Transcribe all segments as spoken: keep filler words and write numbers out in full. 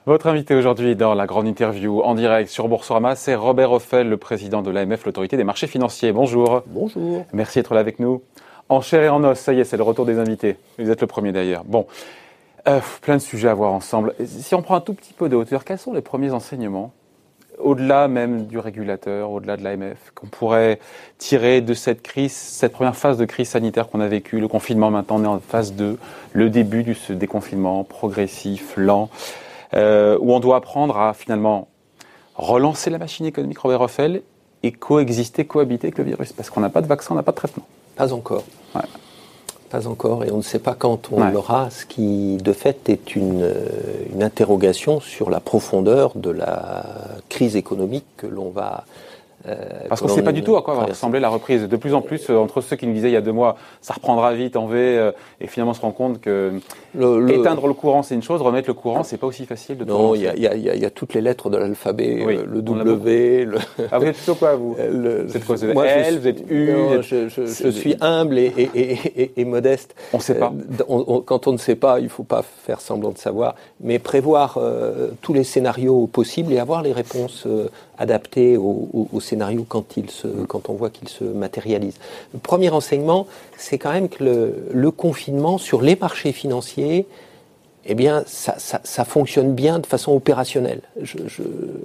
Votre invité aujourd'hui dans la grande interview en direct sur Boursorama, c'est Robert Ophèle, le président de l'A M F, l'autorité des marchés financiers. Bonjour. Bonjour. Merci d'être là avec nous. En chair et en os, ça y est, c'est le retour des invités. Vous êtes le premier d'ailleurs. Bon, euh, plein de sujets à voir ensemble. Si on prend un tout petit peu de hauteur, quels sont les premiers enseignements, au-delà même du régulateur, au-delà de l'A M F, qu'on pourrait tirer de cette crise, cette première phase de crise sanitaire qu'on a vécue, le confinement, maintenant on est en phase deux, le début du déconfinement progressif, lent, euh, où on doit apprendre à finalement relancer la machine économique, Robert Ophèle, et coexister, cohabiter avec le virus, parce qu'on n'a pas de vaccin, on n'a pas de traitement. Pas encore. Ouais. Pas encore, et on ne sait pas quand on ouais. l'aura, ce qui de fait est une, une interrogation sur la profondeur de la crise économique que l'on va... Euh, Parce qu'on ne sait pas du tout à quoi va ressembler la reprise. De plus en plus, euh, entre ceux qui nous disaient il y a deux mois, ça reprendra vite en V, euh, et finalement on se rend compte que le, le... éteindre le courant c'est une chose, remettre le courant c'est pas aussi facile de tout. Non, il y a, y, a, y a toutes les lettres de l'alphabet, oui, euh, le W. Le... Ah, vous êtes plutôt quoi vous le... Vous êtes quoi Vous êtes moi, L, je... vous êtes U non, vous êtes... je, je, je suis humble et, et, et, et, et modeste. On ne sait pas. Euh, on, on, quand on ne sait pas, il ne faut pas faire semblant de savoir, mais prévoir euh, tous les scénarios possibles et avoir les réponses euh, adaptées aux au, au scénarios quand ils se, quand on voit qu'il se matérialise. Le premier enseignement, c'est quand même que le, le confinement sur les marchés financiers, eh bien, ça, ça, ça fonctionne bien de façon opérationnelle. Je, je,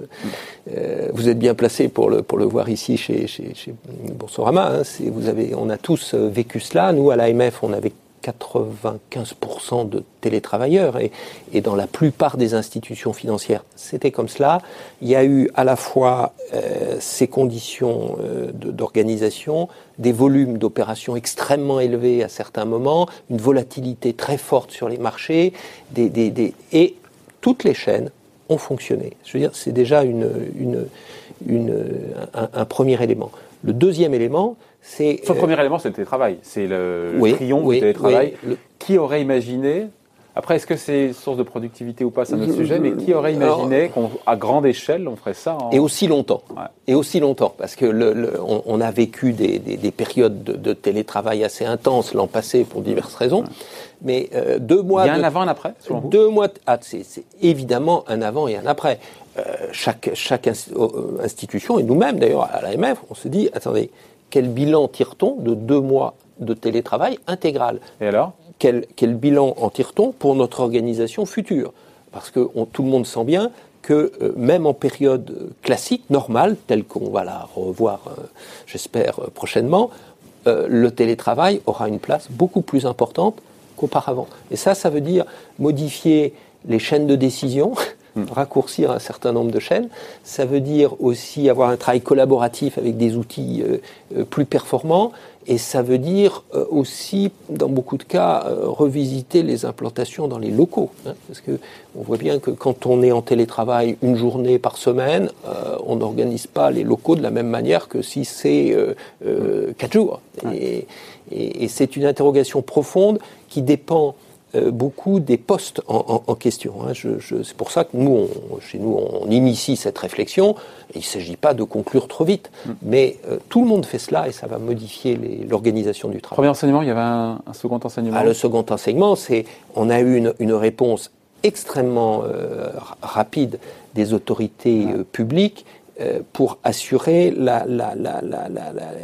euh, vous êtes bien placé pour le, pour le voir ici chez, chez, chez Boursorama. Hein, c'est, vous avez, on a tous vécu cela. Nous, à l'A M F, on avait quatre-vingt-quinze pour cent de télétravailleurs et, et dans la plupart des institutions financières, c'était comme cela. Il y a eu à la fois euh, ces conditions euh, de, d'organisation, des volumes d'opérations extrêmement élevés à certains moments, une volatilité très forte sur les marchés, des, des, des, et toutes les chaînes ont fonctionné. Je veux dire, c'est déjà une, une, une, un, un premier élément. Le deuxième élément, c'est... Son euh, premier élément, c'est le télétravail. C'est le, oui, le triomphe oui, du télétravail. Oui, le... Qui aurait imaginé... Après, est-ce que c'est source de productivité ou pas, c'est un autre je, sujet, je, mais qui aurait imaginé alors, qu'à grande échelle, on ferait ça en... Et aussi longtemps. Ouais. Et aussi longtemps, parce que le, le, on, on a vécu des, des, des périodes de, de télétravail assez intenses l'an passé pour diverses raisons. Ouais. Mais euh, deux mois... Il y a un de, avant, un après, selon vous ? Deux mois... De, ah, c'est, c'est évidemment un avant et un après. Euh, chaque, chaque institution, et nous-mêmes d'ailleurs à l'A M F, on se dit, attendez, quel bilan tire-t-on de deux mois de télétravail intégral ? Et alors ? Quel, quel bilan en tire-t-on pour notre organisation future ? Parce que on, tout le monde sent bien que euh, même en période classique, normale, telle qu'on va la revoir, euh, j'espère, euh, prochainement, euh, le télétravail aura une place beaucoup plus importante qu'auparavant. Et ça, ça veut dire modifier les chaînes de décision, mmh. raccourcir un certain nombre de chaînes. Ça veut dire aussi avoir un travail collaboratif avec des outils euh, euh, plus performants. Et ça veut dire euh, aussi, dans beaucoup de cas, euh, revisiter les implantations dans les locaux. Hein, parce que on voit bien que quand on est en télétravail une journée par semaine, euh, on n'organise pas les locaux de la même manière que si c'est euh, euh, quatre jours. Ouais. Et, et, et c'est une interrogation profonde qui dépend euh, beaucoup des postes en, en, en question. Hein. Je, je, c'est pour ça que nous, on, chez nous, on initie cette réflexion. Il ne s'agit pas de conclure trop vite, mmh. mais euh, tout le monde fait cela et ça va modifier les, l'organisation du travail. Premier enseignement, il y avait un, un second enseignement. Ah, le second enseignement, c'est on a eu une, une réponse extrêmement euh, rapide des autorités euh, publiques euh, pour assurer la, la, la, la, la, la,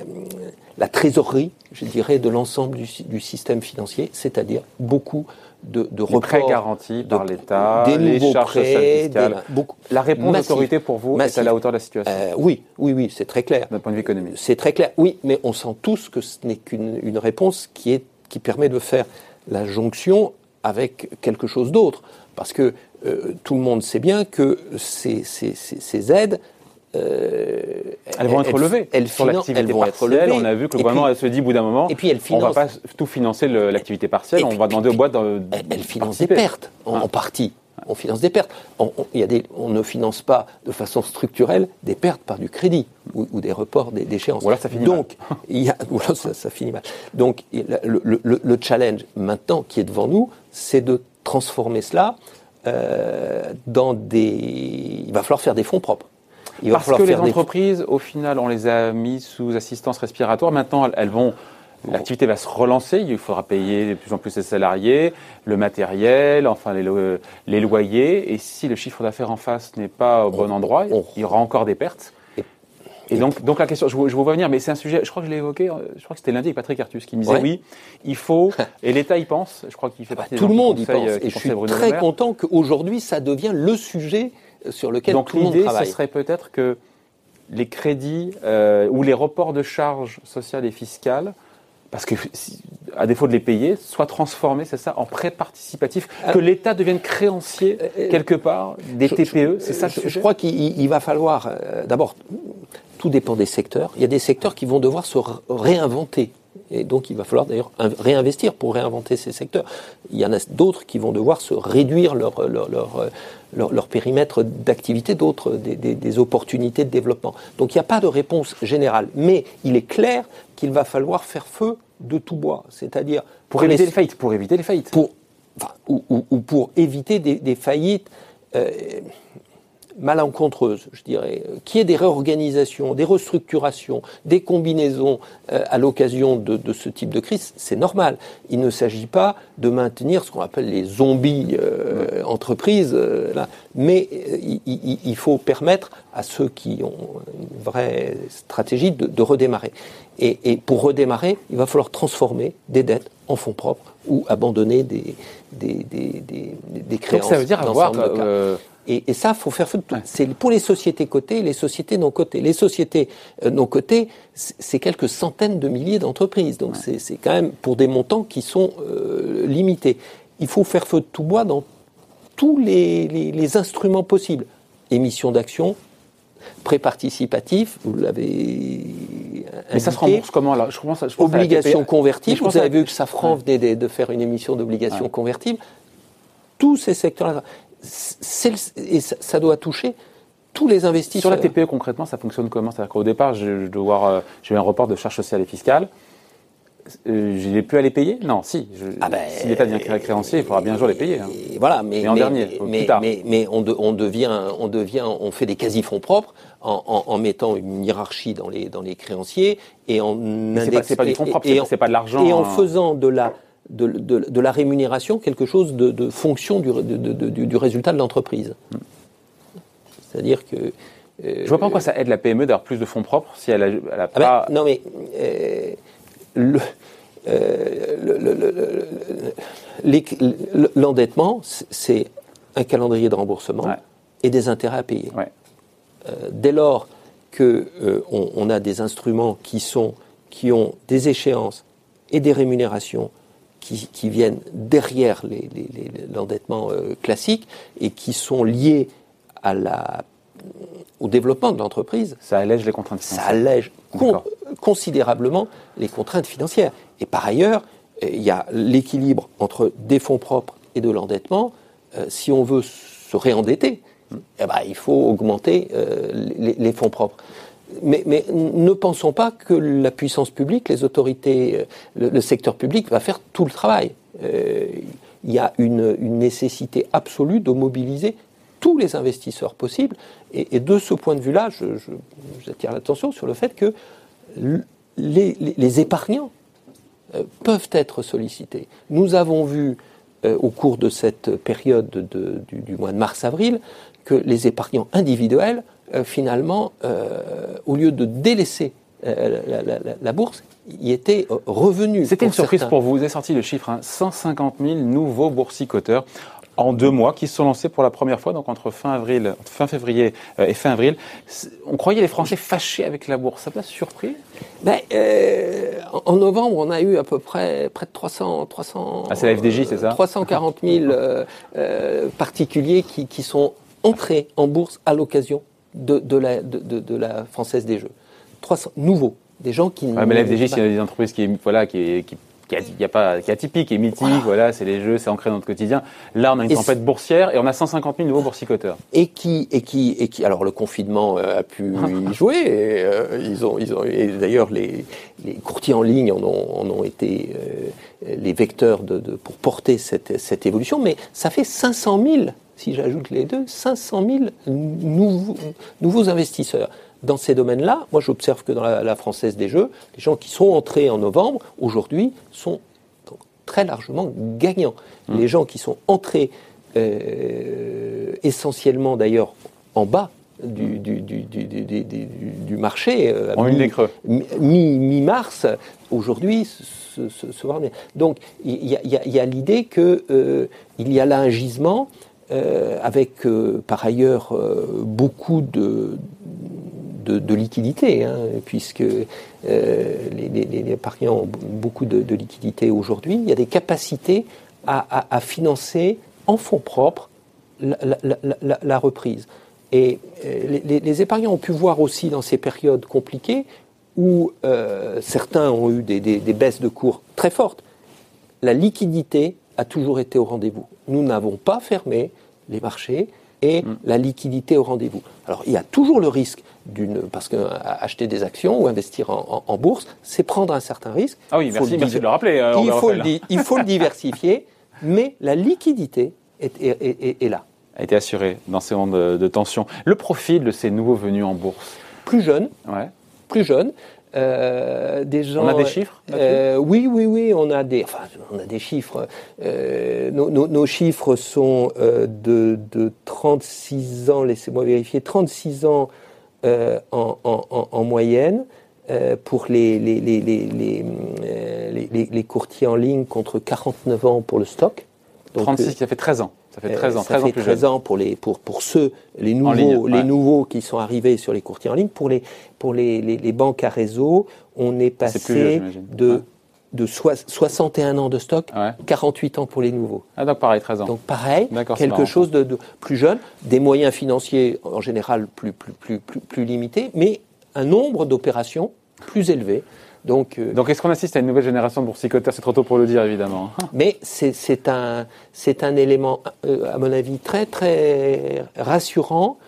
la trésorerie, je dirais, de l'ensemble du, du système financier, c'est-à-dire beaucoup de, de reports, prêts garantis par de, l'État, des les nouveaux charges prêts, fiscales. Des, beaucoup, la réponse massif, d'autorité pour vous massif. est à la hauteur de la situation. Euh, oui, oui, oui, c'est très clair. D'un point de vue économique. C'est très clair. Oui, mais on sent tous que ce n'est qu'une une réponse qui est qui permet de faire la jonction avec quelque chose d'autre, parce que euh, tout le monde sait bien que ces, ces, ces, ces aides Euh, elles vont être elles, levées elles sur finan- l'activité elles vont partielle. être levées. On a vu que le gouvernement puis, se dit au bout d'un moment, et puis elles financent, on ne va pas tout financer le, l'activité partielle, on puis, va demander puis, aux boîtes de, elles, elles financent participer. des pertes en, ah. en partie. On finance des pertes. On, on, y a des, on ne finance pas de façon structurelle des pertes par du crédit ou, ou des reports des, d'échéances. Ou alors ça finit Donc, mal. il y a, ou alors ça, ça finit mal. Donc, le, le, le, le challenge maintenant qui est devant nous, c'est de transformer cela euh, dans des... Il va falloir faire des fonds propres. Il Parce que les entreprises, des... au final, on les a mis sous assistance respiratoire. Maintenant, elles vont l'activité va se relancer, il faudra payer de plus en plus ses salariés, le matériel, enfin les, lo- les loyers. Et si le chiffre d'affaires en face n'est pas au bon on, endroit, on, il y aura encore des pertes. Et, et donc, donc la question, je vous, je vous vois venir, mais c'est un sujet, je crois que je l'ai évoqué, je crois que c'était lundi avec Patrick Artus qui me disait ouais. oui, il faut, et l'État y pense, je crois qu'il fait partie bah, des Tout le monde y conseille, pense, et je suis très content qu'aujourd'hui ça devient le sujet sur lequel donc, tout le monde travaille. Donc l'idée, ce serait peut-être que les crédits euh, ou les reports de charges sociales et fiscales, parce que, à défaut de les payer, soient transformés, c'est ça, en prêts participatifs, Alors, que l'État devienne créancier euh, quelque part des je, T P E, c'est ça le je, sujet ? Je crois qu'il il va falloir, euh, d'abord, tout dépend des secteurs. Il y a des secteurs qui vont devoir se réinventer. Et donc, il va falloir d'ailleurs réinvestir pour réinventer ces secteurs. Il y en a d'autres qui vont devoir se réduire leur, leur, leur, leur, leur périmètre d'activité, d'autres des, des, des opportunités de développement. Donc, il n'y a pas de réponse générale. Mais il est clair qu'il va falloir faire feu de tout bois. C'est-à-dire... Pour éviter les, les faillites. Pour éviter les faillites. Pour, enfin, ou, ou, ou pour éviter des, des faillites... Euh, malencontreuse, je dirais, qu'il y ait des réorganisations, des restructurations, des combinaisons euh, à l'occasion de, de ce type de crise, c'est normal. Il ne s'agit pas de maintenir ce qu'on appelle les zombies euh, entreprises, euh, là. mais euh, il, il, il faut permettre à ceux qui ont une vraie stratégie de, de redémarrer. Et, et pour redémarrer, il va falloir transformer des dettes en fonds propres ou abandonner des, des, des, des, des créances. Donc ça veut dire avoir... Euh, Et, et ça, il faut faire feu de tout. Ouais. C'est pour les sociétés cotées et les sociétés non cotées. Les sociétés euh, non cotées, c'est quelques centaines de milliers d'entreprises. Donc ouais. c'est quand même pour des montants qui sont euh, limités. Il faut faire feu de tout bois dans tous les, les, les instruments possibles. Émission d'actions, prêt participatif, vous l'avez indiqué. Mais ça se rembourse comment là je pense, je pense Obligations convertibles. Vous avez vu que Safran ouais. venait de, de faire une émission d'obligations ouais. convertibles. Tous ces secteurs-là. C'est le, et ça, ça doit toucher tous les investisseurs. Sur la T P E, concrètement, ça fonctionne comment ? C'est-à-dire qu'au départ, je, je dois voir, euh, j'ai eu un report de charges sociales et fiscales. Euh, je n'ai plus à les payer ? Non, si. Je, ah ben, si l'État devient créancier, il faudra bien un jour les payer. Hein. Voilà, mais, mais en mais, dernier, mais, plus tard. Mais, mais on, de, on devient, on devient, on fait des quasi-fonds propres en, en, en mettant une hiérarchie dans les, dans les créanciers et en indexant. C'est pas du fonds propre, c'est pas de l'argent. Et en faisant de la De, de, de la rémunération, quelque chose de, de fonction du, de, de, du, du résultat de l'entreprise. Mmh. C'est-à-dire que... Euh, Je vois pas en quoi ça aide la P M E d'avoir plus de fonds propres si elle a, elle a ah pas... Ben, non mais... Euh, le, euh, le, le, le, l'endettement, c'est un calendrier de remboursement ouais. et des intérêts à payer. Ouais. Euh, dès lors qu'on euh, on a des instruments qui, sont, qui ont des échéances et des rémunérations Qui, qui viennent derrière les, les, les, l'endettement euh, classique et qui sont liés à la, au développement de l'entreprise. Ça allège les contraintes financières. Ça allège con, considérablement les contraintes financières. Et par ailleurs, il y a l'équilibre entre des fonds propres et de l'endettement. Euh, si on veut se réendetter, mmh. eh ben, il faut augmenter euh, les, les fonds propres. Mais, mais ne pensons pas que la puissance publique, les autorités, le, le secteur public va faire tout le travail. Euh, il y a une, une nécessité absolue de mobiliser tous les investisseurs possibles. Et, et de ce point de vue-là, je, je, j'attire l'attention sur le fait que les, les, les épargnants euh, peuvent être sollicités. Nous avons vu euh, au cours de cette période de, du, du mois de mars-avril que les épargnants individuels Euh, finalement, euh, au lieu de délaisser euh, la, la, la, la bourse, y était euh, revenu. C'était une surprise certains. Pour vous. Vous avez sorti le chiffre, hein, cent cinquante mille nouveaux boursicoteurs en deux mois qui se sont lancés pour la première fois, donc entre fin avril, fin février euh, et fin avril. On croyait les Français fâchés avec la bourse. Ça vous a surpris ? Ben, euh, en novembre, on a eu à peu près près de trois cents, trois cents. Ah, c'est la F D J, c'est ça ? trois cent quarante mille euh, euh, particuliers qui, qui sont entrés en bourse à l'occasion. De, de, la, de, de, de la Française des Jeux. trois cents nouveaux, des gens qui... Ouais, mais la F D J, c'est une entreprise qui est, voilà, qui est, qui, qui, a, y a pas, qui est atypique, qui est mythique, voilà, voilà c'est les jeux, c'est ancré dans notre quotidien. Là, on a une et tempête boursière et on a cent cinquante mille nouveaux boursicoteurs. Et qui, et qui, et qui, alors le confinement euh, a pu y jouer. Et, euh, ils ont, ils ont, et d'ailleurs, les, les courtiers en ligne en ont, en ont été euh, les vecteurs de, de, pour porter cette, cette évolution. Mais ça fait cinq cent mille. Si j'ajoute les deux, cinq cent mille nouveaux, nouveaux investisseurs. dans ces domaines-là, moi j'observe que dans la, la Française des Jeux, les gens qui sont entrés en novembre, aujourd'hui, sont très largement gagnants. Mmh. Les gens qui sont entrés euh, essentiellement d'ailleurs en bas du, du, du, du, du, du, du marché, euh, en mi, une des creux. Mi, mi-mars, aujourd'hui, se, se, se voir bien. Donc il y, y, y a l'idée qu'il euh, y a là un gisement euh, avec euh, par ailleurs euh, beaucoup de De, de liquidité, hein, puisque euh, les, les, les épargnants ont beaucoup de, de liquidité aujourd'hui. Il y a des capacités à, à, à financer en fonds propres la, la, la, la reprise. Et euh, les, les épargnants ont pu voir aussi dans ces périodes compliquées où euh, certains ont eu des, des, des baisses de cours très fortes, la liquidité a toujours été au rendez-vous. Nous n'avons pas fermé les marchés et mmh. la liquidité au rendez-vous. Alors, il y a toujours le risque d'une... Parce qu'acheter des actions ou investir en, en, en bourse, c'est prendre un certain risque. Ah oui, merci, merci de le rappeler. Euh, il, faut le di- il faut le diversifier, mais la liquidité est, est, est, est là. A été assurée dans ces moments de, de tension. Le profil de ces nouveaux venus en bourse ? Plus jeunes. Ouais. Plus jeunes. Euh, des gens, on a des chiffres euh, Oui, oui, oui, on a des, enfin, on a des chiffres. Euh, nos, nos, nos chiffres sont euh, de, de trente-six ans, laissez-moi vérifier, trente-six ans euh, en, en, en moyenne euh, pour les, les, les, les, les, les, les courtiers en ligne contre quarante-neuf ans pour le stock. Donc, trente-six, ça fait treize ans. Ça fait treize ans, ça treize fait ans plus treize jeune. ans pour, les, pour, pour ceux, les nouveaux, ligne, ouais. les nouveaux qui sont arrivés sur les courtiers en ligne. Pour les, pour les, les, les banques à réseau, on est passé C'est plus vieux, de, ouais. de so- soixante et un ans de stock, ouais. quarante-huit ans pour les nouveaux. Ah, donc pareil, treize ans. Donc pareil, D'accord, quelque chose de, de plus jeune, des moyens financiers en général plus, plus, plus, plus, plus limités, mais un nombre d'opérations plus élevé. Donc, euh, Donc, est-ce qu'on assiste à une nouvelle génération de boursicoteurs ? C'est trop tôt pour le dire, évidemment. Mais c'est, c'est, un, c'est un élément, euh, à mon avis, très, très rassurant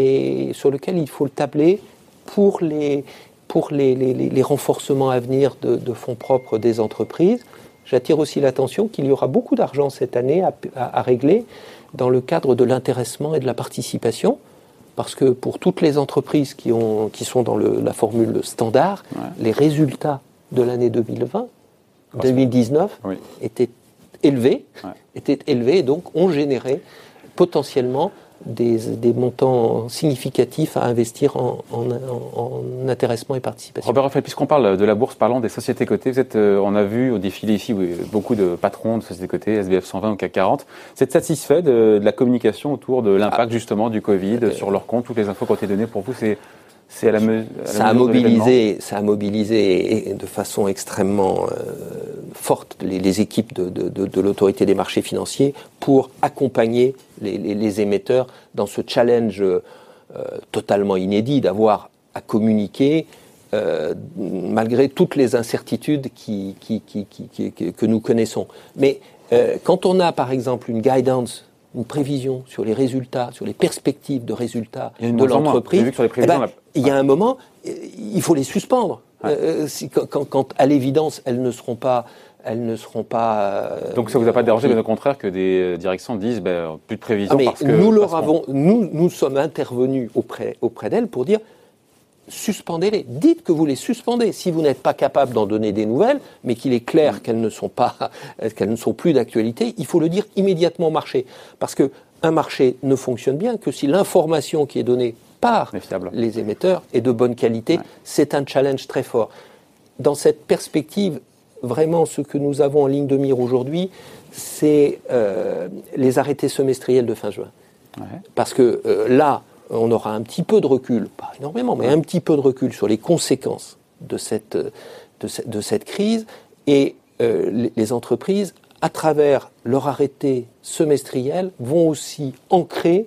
et sur lequel il faut le tabler pour les, pour les, les, les renforcements à venir de, de fonds propres des entreprises. J'attire aussi l'attention qu'il y aura beaucoup d'argent cette année à, à, à régler dans le cadre de l'intéressement et de la participation. Parce que pour toutes les entreprises qui, ont, qui sont dans le, la formule standard, ouais. les résultats de l'année deux mille vingt, deux mille dix-neuf oui. étaient élevés, ouais. étaient élevés et donc ont généré potentiellement des, des montants significatifs à investir en, en, en, en intéressement et participation. Robert Raphaël, puisqu'on parle de la bourse, parlons des sociétés cotées. Vous êtes, euh, on a vu au défilé ici oui, beaucoup de patrons de sociétés cotées, S B F cent vingt ou C A C quarante. Vous êtes satisfait de, de la communication autour de l'impact ah. justement du Covid euh, sur leur compte, toutes les infos qui ont été données pour vous, c'est C'est à la, me, à la ça, a mobilisé, ça a mobilisé de façon extrêmement euh, forte les, les équipes de, de, de, de l'autorité des marchés financiers pour accompagner les, les, les émetteurs dans ce challenge euh, totalement inédit d'avoir à communiquer euh, malgré toutes les incertitudes qui, qui, qui, qui, qui, qui, que nous connaissons. Mais euh, quand on a par exemple une guidance, une prévision sur les résultats, sur les perspectives de résultats de l'entreprise, vu que sur les prévisions, eh ben, il y a un moment, il faut les suspendre. Ouais. Euh, si, quand, quand, à l'évidence, elles ne seront pas... Elles ne seront pas euh, Donc ça ne vous a pas dérangé, mais au contraire, que des directions disent ben, plus de prévision ah, parce que... Nous, leur parce avons, nous, nous sommes intervenus auprès, auprès d'elles pour dire suspendez-les. Dites que vous les suspendez. Si vous n'êtes pas capable d'en donner des nouvelles, mais qu'il est clair mmh. qu'elles ne sont pas, qu'elles ne sont plus d'actualité, il faut le dire immédiatement au marché. Parce que un marché ne fonctionne bien que si l'information qui est donnée par les émetteurs est de bonne qualité. Ouais. C'est un challenge très fort. Dans cette perspective, vraiment, ce que nous avons en ligne de mire aujourd'hui, c'est euh, les arrêtés semestriels de fin juin. Ouais. Parce que euh, là, on aura un petit peu de recul, pas énormément, mais un petit peu de recul sur les conséquences de cette, de cette, de cette crise. Et euh, les, les entreprises, à travers leur arrêté semestriel, vont aussi ancrer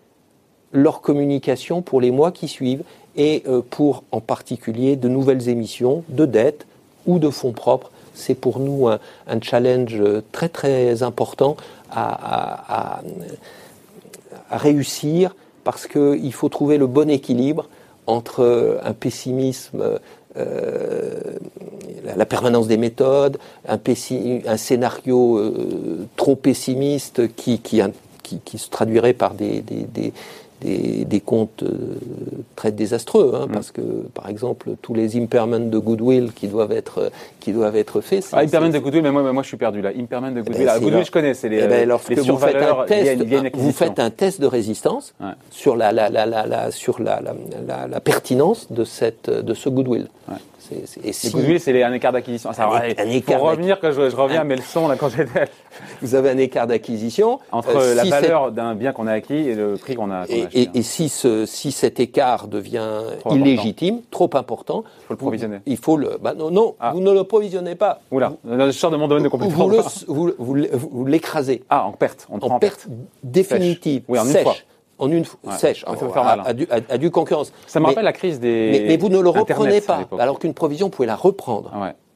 leur communication pour les mois qui suivent et euh, pour, en particulier, de nouvelles émissions de dettes ou de fonds propres. C'est pour nous un, un challenge très, très important à, à, à, à réussir parce qu'il faut trouver le bon équilibre entre un pessimisme, euh, la permanence des méthodes, un, pessi- un scénario euh, trop pessimiste qui, qui, qui, qui se traduirait par des, des, des, des, des comptes euh, très désastreux, hein, mmh. parce que, par exemple, tous les impairments de goodwill qui doivent être, qui doivent être faits... Ah, impairment de goodwill, mais moi, moi je suis perdu là. Impairment de goodwill, ben, ah, goodwill là. Je connais, c'est les, eh ben, lorsque les vous faites un test, liées à une vous faites un test de résistance ouais. sur, la, la, la, la, la, sur la, la, la, la pertinence de, cette, de ce goodwill. Ouais. C'est, c'est, et si, le goodwill, c'est les, un écart d'acquisition. Ah, ça, un, ouais, un écart pour revenir, que je, je reviens un, à mes leçons là, quand j'étais... Vous avez un écart d'acquisition. Entre euh, la si valeur cette... d'un bien qu'on a acquis et le prix qu'on a, qu'on et, a acheté. Et, et si, ce, si cet écart devient trop illégitime, important. trop important... Il faut le provisionner. Vous, il faut le... Bah, non, non ah. vous ne le provisionnez pas. Oula, je sors de mon domaine de compétence. Vous, le, vous, vous, vous l'écrasez. Ah, en perte. On en, en perte, perte définitive, oui, en une sèche. fois. En une fois, ouais, sèche, ça peut faire mal, hein. à, à, du, à, à du concurrence. Ça me mais, rappelle la crise des. Mais, mais vous ne le reprenez Internet, pas, alors qu'une provision, vous pouvez la reprendre. Ah ouais.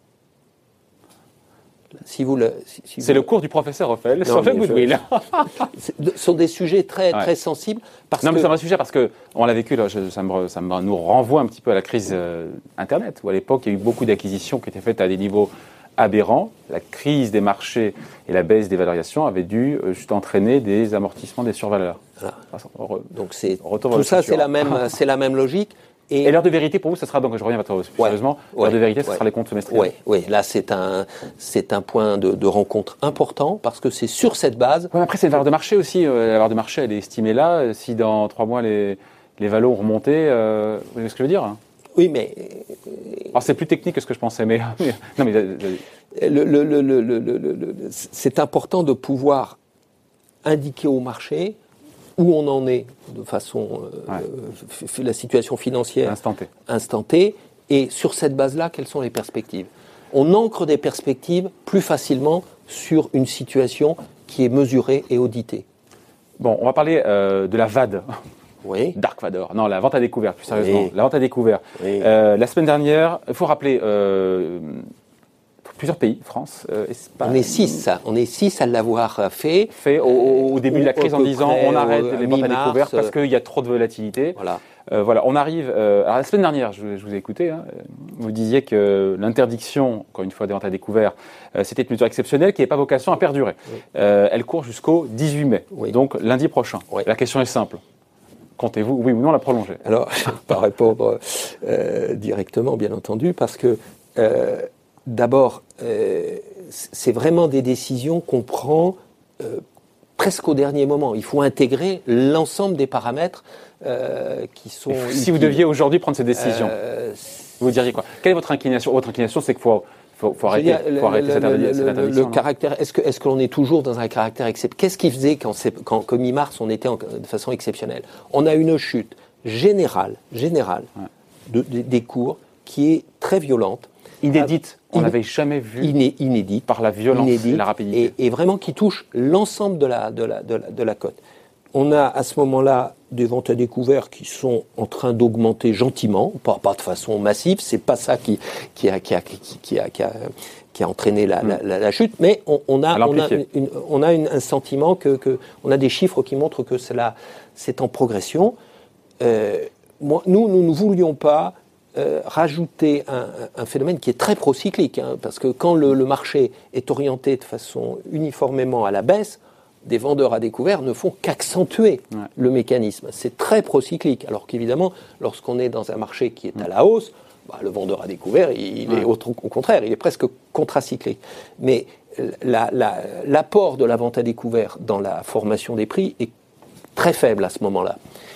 Si vous le, si, si c'est vous le cours du professeur Ophel sur le goodwill. Ce sont des sujets très, ouais. très sensibles. Parce non, que... mais c'est un vrai sujet parce qu'on l'a vécu, là, je, ça, me, ça me, nous renvoie un petit peu à la crise euh, Internet, où à l'époque, il y a eu beaucoup d'acquisitions qui étaient faites à des niveaux aberrants. La crise des marchés et la baisse des valorisations avaient dû euh, juste entraîner des amortissements des survaleurs. Voilà. Enfin, re, donc c'est, tout ça, c'est la, même, c'est la même logique. Et, et l'heure de vérité, pour vous, ce sera, donc je reviens à votre plus ouais, sérieusement, ouais, l'heure de vérité, ce ouais, sera les comptes semestriels. Oui, ouais, là, c'est un, c'est un point de, de rencontre important parce que c'est sur cette base. Ouais, après, c'est une valeur de marché aussi. Euh, la valeur de marché, elle est estimée là. Si dans trois mois, les, les valos ont remonté, euh, vous voyez ce que je veux dire hein Oui, mais. Alors, c'est plus technique que ce que je pensais, mais. non, mais le, le, le, le, le, le, le, c'est important de pouvoir indiquer au marché où on en est de façon euh, ouais. f- la situation financière instanté. instanté et sur cette base-là, quelles sont les perspectives ? On ancre des perspectives plus facilement sur une situation qui est mesurée et auditée. Bon, on va parler euh, de la V A D. Oui. Dark Vador. Non, la vente à découvert, plus sérieusement. Oui. La vente à découvert. Oui. Euh, la semaine dernière, il faut rappeler euh, plusieurs pays, France, euh, Espagne. On est six, ça. On est six à l'avoir fait. Fait au, au début de la crise en disant on arrête les ventes à découvert parce qu'il y a trop de volatilité. Voilà. Euh, voilà, on arrive. Euh, alors la semaine dernière, je, je vous ai écouté. Hein, vous disiez que l'interdiction, encore une fois, des ventes à découvert, euh, c'était une mesure exceptionnelle qui n'avait pas vocation à perdurer. Oui. Euh, elle court jusqu'au dix-huit mai, oui. donc lundi prochain. Oui. La question est simple. Comptez-vous, oui ou non, la prolonger ? Alors, je ne vais pas répondre euh, directement, bien entendu, parce que euh, d'abord, euh, c'est vraiment des décisions qu'on prend euh, presque au dernier moment. Il faut intégrer l'ensemble des paramètres euh, qui sont... Si utiles. Vous deviez aujourd'hui prendre cette décision, euh, vous diriez quoi ? Quelle est votre inclination ? Votre inclination, c'est qu'il faut... Faut, faut arrêter, dire, faut arrêter le, cette, le, cette interdiction. Le, le caractère, est-ce que, est-ce que l'on est toujours dans un caractère exceptionnel ? Qu'est-ce qui faisait quand, c'est, quand, qu'au mi-mars, on était en, de façon exceptionnelle ? On a une chute générale, générale ouais. de, de, des cours qui est très violente. Inédite. On n'avait jamais vu. Iné, inédite. Par la violence inédite, et la rapidité. Et, et vraiment qui touche l'ensemble de la, de la, de la, de la cote. On a à ce moment-là des ventes à découvert qui sont en train d'augmenter gentiment, pas, pas de façon massive, c'est pas ça qui, qui, a, qui, a, qui, qui, a, qui, a, qui a entraîné la, mmh. la, la chute, mais on, on a, on a, une, on a une, un sentiment que, que, on a des chiffres qui montrent que c'est, là, c'est en progression. Euh, moi, nous, nous ne voulions pas euh, rajouter un, un phénomène qui est très procyclique, hein, parce que quand le, le marché est orienté de façon uniformément à la baisse, des vendeurs à découvert ne font qu'accentuer ouais. le mécanisme. C'est très procyclique. Alors qu'évidemment, lorsqu'on est dans un marché qui est à la hausse, bah, le vendeur à découvert, il ouais. est au, au contraire, il est presque contracyclique. Mais la, la, l'apport de la vente à découvert dans la formation des prix est très faible à ce moment-là.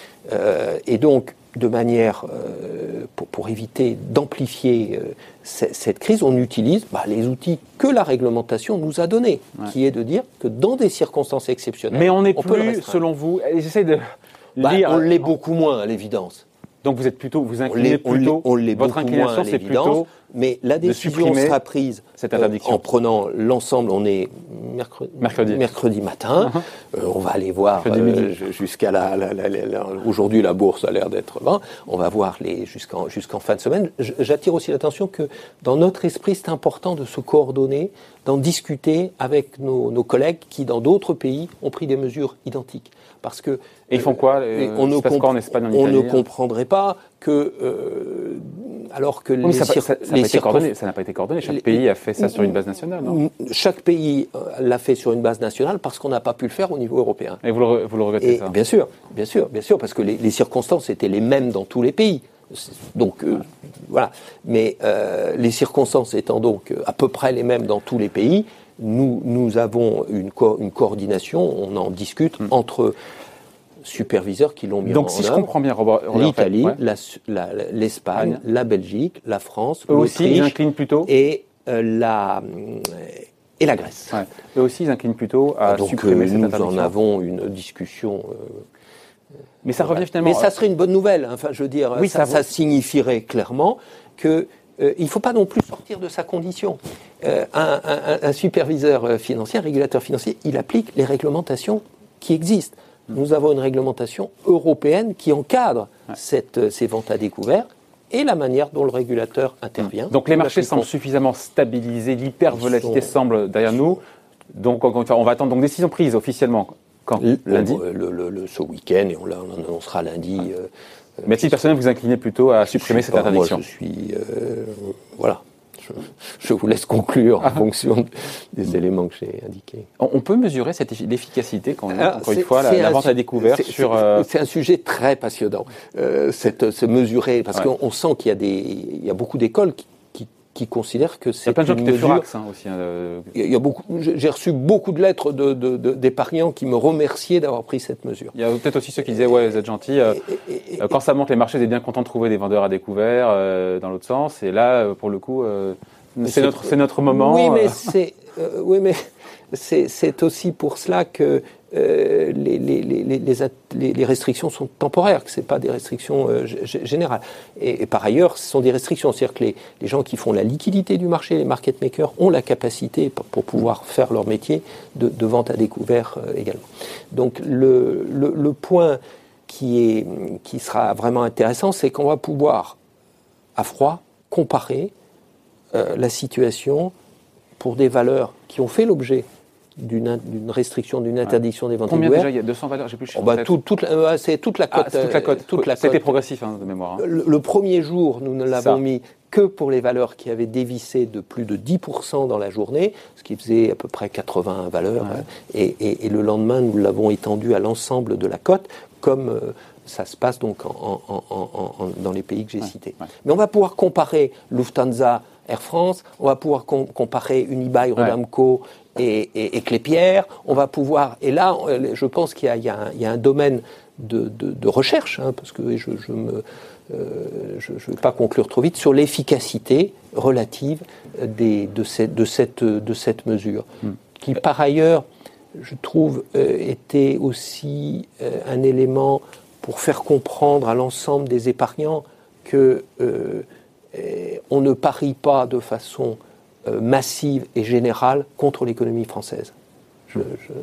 Euh, et donc, de manière, euh, pour, pour éviter d'amplifier euh, c- cette crise, on utilise bah, les outils que la réglementation nous a donnés, ouais. qui est de dire que dans des circonstances exceptionnelles, mais on n'est on plus, selon vous, j'essaie de bah, lire... On l'est beaucoup moins, à l'évidence. Donc vous êtes plutôt, vous inclinez on l'est, plutôt, on l'est votre inclination c'est plutôt mais la décision sera prise cette interdiction. Euh, en prenant l'ensemble, on est mercredi, mercredi. mercredi matin, uh-huh. euh, on va aller voir euh, jusqu'à la, la, la, la, la, aujourd'hui la bourse a l'air d'être bon, on va voir les jusqu'en, jusqu'en fin de semaine. J'attire aussi l'attention que dans notre esprit c'est important de se coordonner, d'en discuter avec nos, nos collègues qui dans d'autres pays ont pris des mesures identiques. Parce que et ils font quoi euh, on, ne, comp- quoi en Espagne, en on Italie, ne comprendrait pas que euh, alors que oui, les ça n'a cir- pas, les été coordonné. circonstances- Ça n'a pas été coordonné. Chaque les- pays a fait ça sur une base nationale, non? Chaque pays euh, l'a fait sur une base nationale parce qu'on n'a pas pu le faire au niveau européen. Et vous le, vous le regrettez, Et ça? bien sûr, bien sûr, bien sûr, parce que les, les circonstances étaient les mêmes dans tous les pays. C'est- Donc euh, voilà. Mais euh, les circonstances étant donc euh, à peu près les mêmes dans tous les pays, nous, nous avons une, co- une coordination, on en discute Mm. entre superviseurs qui l'ont mis Donc, en si je œuvre. comprends bien, Robert, Robert, L'Italie, ouais. la- la- l'Espagne, Espagne. la Belgique, la France, Eux aussi, ils l'Autriche inclinent plutôt. et euh, la et la Grèce. Ouais. Eux aussi, ils inclinent plutôt à Donc supprimer euh, cette nous interdiction. en avons une discussion. euh, Mais ça revient voilà. finalement. Mais ça serait une bonne nouvelle. hein. Enfin, je veux dire, Oui, ça, ça ça vaut- signifierait clairement que euh, il ne faut pas non plus sortir de sa condition. Euh, un, un- un superviseur euh, financier, un régulateur financier, il applique les réglementations qui existent. Nous avons une réglementation européenne qui encadre Ouais. cette, euh, ces ventes à découvert et la manière dont le régulateur intervient. Donc les Nous marchés l'appliquons. semblent suffisamment stabilisés, l'hypervolatilité Ils sont- semble derrière nous. Donc encore une fois, on va attendre donc décision prise officiellement quand Le- lundi. le- le- le- le- ce week-end, et on, l'a- on en annoncera lundi. euh, Mais à titre personnel, vous inclinez plutôt à supprimer je suis cette pas- interdiction. Moi, je suis. euh, voilà. Je, je vous laisse conclure en fonction des éléments que j'ai indiqués. On on peut mesurer cette effi- l'efficacité quand même, Alors, encore une c'est- fois, la, c'est la un vente su- à découvert c'est- sur. c'est- euh, C'est un sujet très passionnant. Euh, cette, se mesurer, parce Ouais. qu'on on sent qu'il y a des, il y a beaucoup d'écoles qui, qui, qui considèrent que Il y c'est a plein de gens une qui étaient mesure. furax hein, aussi. hein, euh, Il y a beaucoup. J'ai j'ai reçu beaucoup de lettres de, de, de- d'épargnants qui me remerciaient d'avoir pris cette mesure. Il y a peut-être aussi ceux qui disaient ouais, vous êtes gentils. euh, Et- et- et- euh, quand ça monte les marchés, vous êtes bien content de trouver des vendeurs à découvert euh, dans l'autre sens. Et là, euh, pour le coup, euh, c'est c'est- notre, c'est notre moment. Oui, mais euh, c'est, euh, oui, mais c'est, c'est aussi pour cela que euh, les, les, les, les, les at- les- les restrictions sont temporaires, que ce n'est pas des restrictions euh, g- g- générales. Et, et par ailleurs, ce sont des restrictions. C'est-à-dire que les, les gens qui font la liquidité du marché, les market makers, ont la capacité, pour, pour pouvoir faire leur métier, de, de vente à découvert euh, également. Donc le, le, le point qui, est, qui sera vraiment intéressant, c'est qu'on va pouvoir, à froid, comparer euh, la situation pour des valeurs qui ont fait l'objet d'une, in- d'une restriction, d'une interdiction des ventes Combien découvertes. déjà il y a deux cents valeurs, j'ai plus le chiffre Oh, bah, en tête. tout- toute, la- euh, c'est toute la cote. Ah, c'est toute la euh, cote. toute la C'était cote. progressif hein, de mémoire. hein. Le, le premier jour, nous ne l'avons Ça. mis que pour les valeurs qui avaient dévissé de plus de dix pour cent dans la journée, ce qui faisait à peu près quatre-vingts valeurs. Ouais. hein. Et, et- et le lendemain, nous l'avons étendu à l'ensemble de la cote, comme euh, ça se passe donc en- en- en- en- en- dans les pays que j'ai Ouais, cités. ouais. Mais on va pouvoir comparer Lufthansa, Air France, on va pouvoir com- comparer Unibail, Rodamco et, et, et Klépierre, on va pouvoir, et là, euh, je pense qu'il y a, il y a un, il y a un domaine de, de- de recherche, hein, parce que je je me euh, je ne veux pas conclure trop vite, sur l'efficacité relative des, de, cette, de, cette, de cette mesure, Mm. qui par ailleurs, je trouve, euh, était aussi euh, un élément pour faire comprendre à l'ensemble des épargnants que euh, euh, on ne parie pas de façon euh, massive et générale contre l'économie française. Je, je...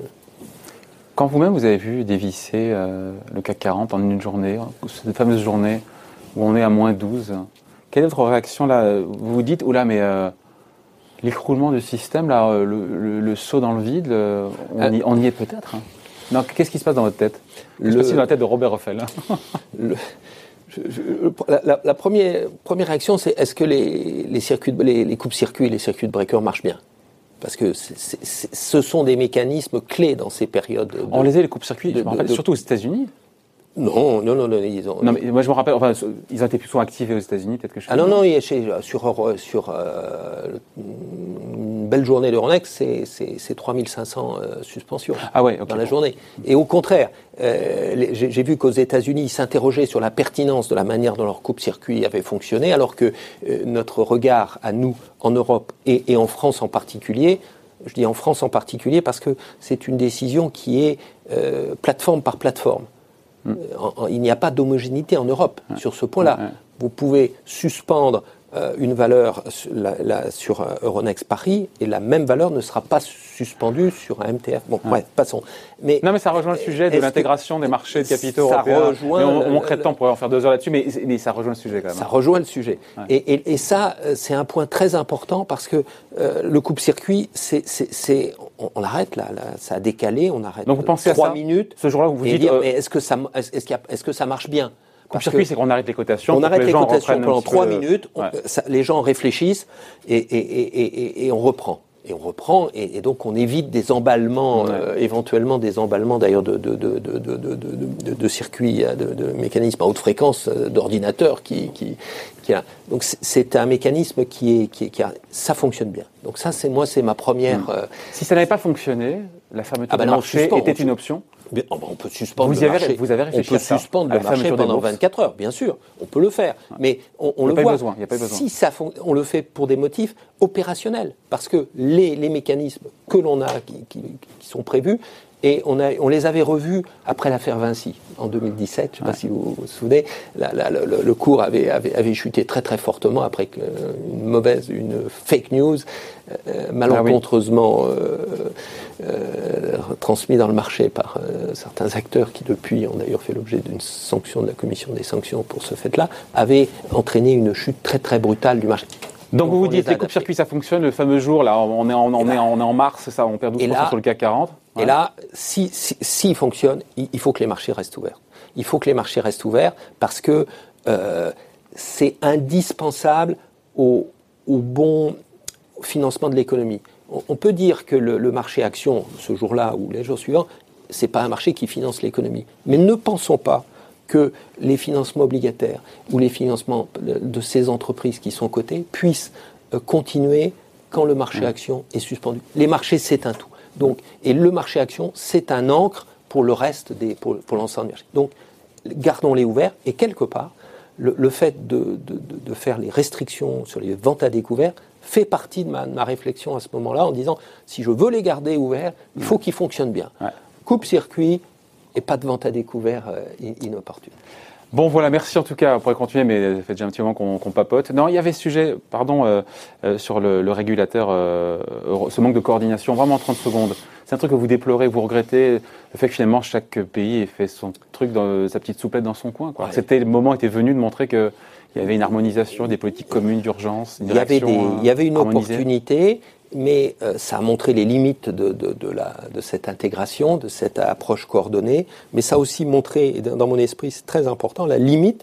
Quand vous-même vous avez vu dévisser euh, le C A C quarante en une journée, hein, cette fameuse journée où on est à moins douze, quelle est votre réaction là? Vous vous dites, oula, mais euh, l'écroulement du système, là, euh, le, le- le saut dans le vide, le- on, y, on y est peut-être hein. Non, qu'est-ce qui se passe dans votre tête? Qu'est-ce qui se Le- passe dans la tête de Robert Ruffel? Le- je- je- la, la- la première, première réaction, c'est est-ce que les, les, circuits, de- les, les coupes-circuits et les circuits de breaker marchent bien? Parce que c'est- c'est- c'est- ce sont des mécanismes clés dans ces périodes. de- On les a les coupes-circuits, de- je me rappelle, de- surtout aux États-unis. Non, non, non, non, ils ont. Non, mais moi je me rappelle, enfin, ils ont été plutôt activés aux États-Unis, peut-être que je Ah non, non, il y a chez- sur, Euro- sur euh, une belle journée d'Euronext, c'est, c'est, c'est trois mille cinq cents euh, suspensions Ah ouais, ok. dans la journée. Et au contraire, euh, les- j'ai, j'ai vu qu'aux États-Unis, ils s'interrogeaient sur la pertinence de la manière dont leur coupe-circuit avait fonctionné, alors que euh, notre regard à nous, en Europe et, et en France en particulier, je dis en France en particulier parce que c'est une décision qui est euh, plateforme par plateforme. Mm. En- en- il n'y a pas d'homogénéité en Europe Ouais. sur ce point-là. Ouais, ouais. Vous pouvez suspendre euh, une valeur sur, la, la- sur euh, Euronext Paris et la même valeur ne sera pas suspendue sur un M T F. Bon, Ouais. bref, passons. Mais Non, mais ça rejoint le sujet de est-ce que- l'intégration des marchés de capitaux ça européens. rejoint Mais on, on le- manquerait de le- temps pour en faire deux heures là-dessus, mais, mais ça rejoint le sujet quand même. ça rejoint le sujet. Ouais. Et, et- et ça, euh, c'est un point très important parce que euh, le coupe-circuit, c'est, c'est, c'est- on, on arrête là, là, ça a décalé, on arrête Donc vous pensez à trois ça, minutes. Ce jour-là où vous et dites, dire, euh, mais est-ce que ça, est-ce, qu'il y a- est-ce que ça marche bien? Court-circuit, c'est qu'on arrête les cotations. On arrête les, les gens cotations pendant trois de... minutes, on, ouais. ça, les gens réfléchissent et, et, et, et, et on reprend. Et on reprend, et, et donc on évite des emballements, ouais. euh, éventuellement des emballements d'ailleurs de, de, de, de, de, de, de, de circuits, de, de mécanismes à haute fréquence euh, d'ordinateurs qui, qui, qui a. Donc c'est, c'est un mécanisme qui est, qui, est, qui a, ça fonctionne bien. Donc ça, c'est moi, c'est ma première. Mmh. Euh, si ça n'avait pas fonctionné, la fermeture ah ben du non, marché suspend, était une option. Bien, oh ben on peut suspendre vous le avez, marché. Vous avez réfléchi on peut à ça, suspendre le marché pendant vingt-quatre heures, bien sûr. On peut le faire, ouais. mais on, on il y a le pas voit. Besoin, il y a pas besoin. Si ça, on le fait pour des motifs opérationnels, parce que les, les mécanismes que l'on a, qui, qui, qui sont prévus, et on, a, on les avait revus après l'affaire Vinci en deux mille dix-sept. Je ne sais ouais. pas si vous vous souvenez, la, la, le, le cours avait, avait, avait chuté très très fortement après une mauvaise, une fake news euh, malencontreusement ah oui. euh, euh, transmise dans le marché par euh, certains acteurs qui depuis ont d'ailleurs fait l'objet d'une sanction de la commission des sanctions pour ce fait-là, avait entraîné une chute très très brutale du marché. Donc, Donc vous vous dites, les, les courts-circuits, ça fonctionne, le fameux jour, là, on est en, on est, on est en mars, ça, on perd douze pour cent là, sur le C A C quarante. Ouais. Et là, s'il si, si, si fonctionne, il, il faut que les marchés restent ouverts. Il faut que les marchés restent ouverts parce que euh, c'est indispensable au, au bon financement de l'économie. On, on peut dire que le, le marché action, ce jour-là ou les jours suivants, c'est pas un marché qui finance l'économie. Mais ne pensons pas que les financements obligataires ou les financements de ces entreprises qui sont cotées puissent continuer quand le marché action est suspendu. Les marchés, c'est un tout. Donc, et le marché action, c'est un ancre pour le reste des, pour, pour l'ensemble des marchés. Donc, gardons-les ouverts et quelque part, le, le fait de, de, de faire les restrictions sur les ventes à découvert fait partie de ma, de ma réflexion à ce moment-là en disant, si je veux les garder ouverts, il faut qu'ils fonctionnent bien. Ouais. Coupe-circuit, et pas de vente à découvert euh, inopportune. Bon, voilà, merci en tout cas. On pourrait continuer, mais ça fait déjà un petit moment qu'on, qu'on papote. Non, il y avait ce sujet, pardon, euh, euh, sur le, le régulateur, euh, ce manque de coordination, vraiment en trente secondes. C'est un truc que vous déplorez, vous regrettez, le fait que finalement chaque pays ait fait son truc, dans, sa petite souplette dans son coin, quoi. Ouais. C'était, le moment était venu de montrer qu'il y avait une harmonisation, des politiques communes d'urgence, une il y avait des, euh, il y avait une harmonisée. opportunité. Mais euh, ça a montré les limites de, de, de, la, de cette intégration, de cette approche coordonnée. Mais ça a aussi montré, et dans mon esprit c'est très important, la limite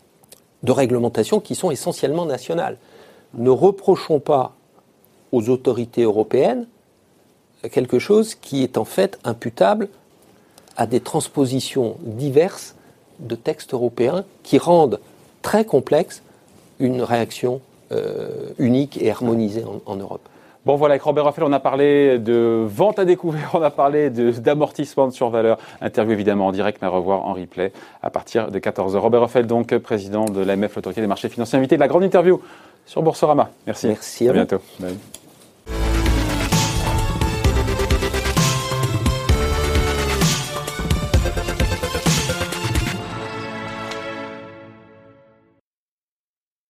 de réglementation qui sont essentiellement nationales. Ne reprochons pas aux autorités européennes quelque chose qui est en fait imputable à des transpositions diverses de textes européens qui rendent très complexe une réaction euh, unique et harmonisée en, en Europe. Bon voilà, avec Robert Oeffel, on a parlé de vente à découvert, on a parlé de, d'amortissement de survaleur. Interview évidemment en direct, mais à revoir en replay à partir de quatorze heures. Robert Oeffel, donc président de l'A M F, l'autorité des marchés financiers, invité de la grande interview sur Boursorama. Merci. Merci à, à bientôt. Bye.